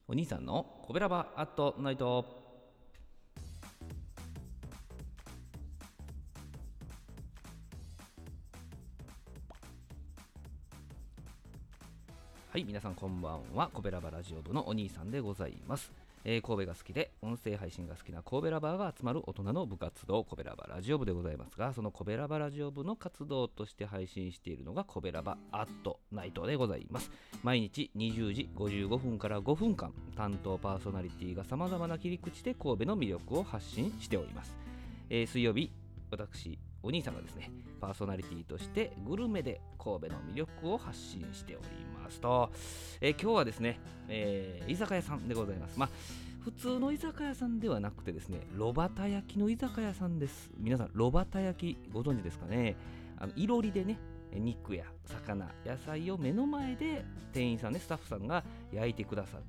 お兄さんのコベラバアットナイト。はい、皆さんこんばんは。コベラバラジオ部のお兄さんでございます。神戸が好きで音声配信が好きな神戸ラバーが集まる大人の部活動、コベラバラジオ部でございますが、そのコベラバラジオ部の活動として配信しているのがコベラバアットナイトでございます。毎日20時55分から5分間、担当パーソナリティがさまざまな切り口で神戸の魅力を発信しております。水曜日、私お兄さんがですね、パーソナリティとしてグルメで神戸の魅力を発信しておりますと、今日はですね、居酒屋さんでございます。普通の居酒屋さんではなくてですね、炉端焼きの居酒屋さんです。皆さん炉端焼きご存知ですかね。いろりでね、肉や魚、野菜を目の前で店員さんね、スタッフさんが焼いてくださって、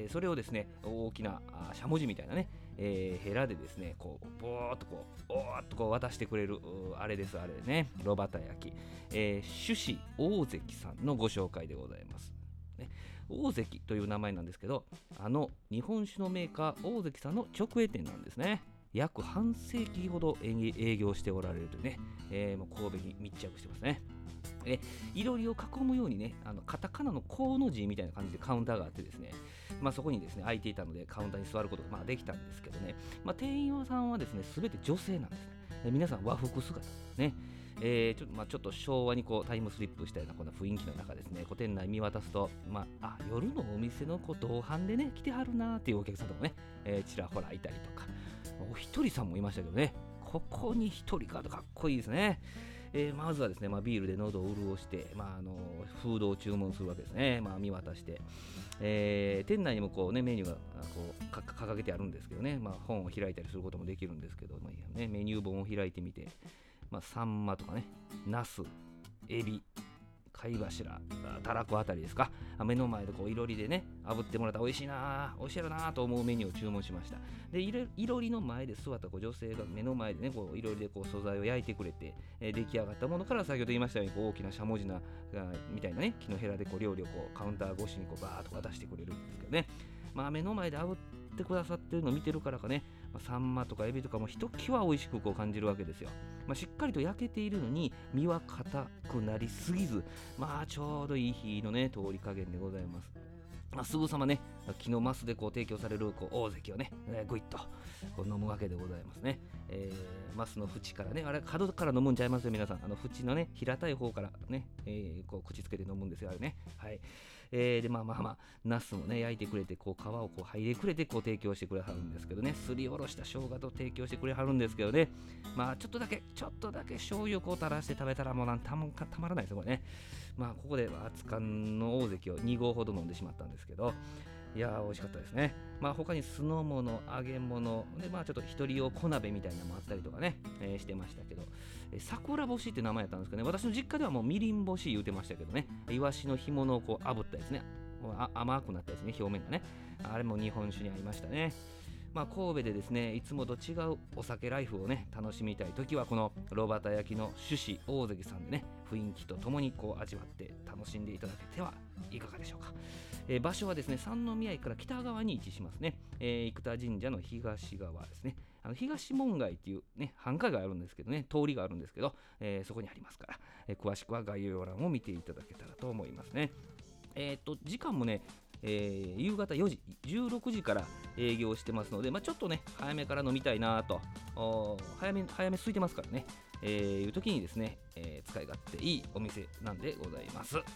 それをですね、大きなしゃもじみたいなね、ヘラでですね、こうボーっとこう渡してくれるあれです、あれね、炉端焼き、朱子大関さんのご紹介でございます。大関という名前なんですけど、日本酒のメーカー大関さんの直営店なんですね。約半世紀ほど営業しておられるというね、もう神戸に密着してますね。いろりを囲むようにね、カタカナのコの字みたいな感じでカウンターがあってですね、そこにですね空いていたのでカウンターに座ることができたんですけどね、店員さんはですね全て女性なんですね。皆さん和服姿ね。ちょっと昭和にこうタイムスリップしたようなこんな雰囲気の中ですね、店内見渡すと、夜のお店の同伴でね来てはるなーっていうお客さんとかね、ちらほらいたりとか、お一人さんもいましたけどね、ここに一人かとかっこいいですね。まずはですね、ビールで喉を潤して、フードを注文するわけですね。見渡して、店内にもこう、ね、メニューがこう掲げてあるんですけどね、本を開いたりすることもできるんですけど、メニュー本を開いてみて、サンマとかね、ナス、エビ、貝柱、たらこあたりですか、目の前でこういろりでね炙ってもらったら美味しいな、美味しいやろなと思うメニューを注文しました。でいろりの前で座ったこう女性が目の前でねこういろりでこう素材を焼いてくれて、出来上がったものから先ほど言いましたようにこう大きなしゃもじなみたいなね木のヘラでこう料理をこうカウンター越しにこうバーッと渡してくれるんですけどね、目の前で炙ってくださってるのを見てるからかね、サンマとかエビとかもひときわ美味しくこう感じるわけですよ。しっかりと焼けているのに身は硬くなりすぎず、ちょうどいい火のね通り加減でございます。すぐさまね木のマスでこう提供されるこう大関をね、ぐいっとこう飲むわけでございますね。マスの縁からね、あれ角から飲むんちゃいますよ皆さん。縁のね平たい方からね、こう口つけて飲むんですよあれね。はい。でナスもね焼いてくれてこう皮をこう剥いでくれてこう提供してくれはるんですけどね、すりおろした生姜と提供してくれはるんですけどね、ちょっとだけ醤油をこう垂らして食べたらもうたまらないですよこれね。ここで熱燗の大関を2合ほど飲んでしまったんですけど、いやー美味しかったですね。他に酢の物、揚げ物でちょっと一人用小鍋みたいなのもあったりとかね、してましたけど、桜干しって名前やったんですけどね、私の実家ではもうみりん干し言うてましたけどね、イワシの干物をこう炙ったやつね、甘くなったやつね、表面がね、あれも日本酒にありましたね。神戸でですねいつもと違うお酒ライフをね楽しみたいときはこの炉端焼きの朱子大関さんでね雰囲気とともにこう味わって楽しんでいただけてはいかがでしょうか。場所はですね三宮駅から北側に位置しますね。生田神社の東側ですね。東門街っていうね繁華街があるんですけどね、通りがあるんですけど、そこにありますから、詳しくは概要欄を見ていただけたらと思いますね。時間もね夕方4時16時から営業してますので、ちょっとね早めから飲みたいなと、早め空いてますからね、いう時にですね、使い勝手いいお店なんでございます。はい。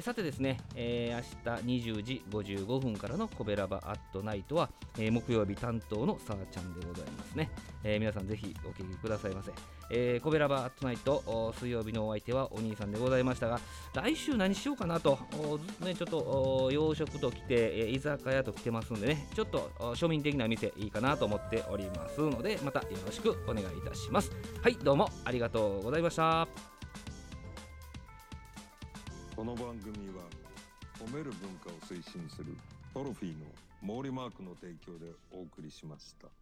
さてですね、明日20時55分からのコベラバアットナイトは、木曜日担当のさーちゃんでございますね。皆さんぜひお聞きくださいませ。コベラバアットナイト水曜日のお相手はお兄さんでございましたが、来週何しようかなとね、ちょっと洋食と来て、居酒屋と来てますんでね、ちょっと庶民的な店いいかなと思っておりますので、またよろしくお願いいたします。はい、どうもありがとうございました。 この番組は褒める文化を推進するトロフィーの毛利マークの提供でお送りしました。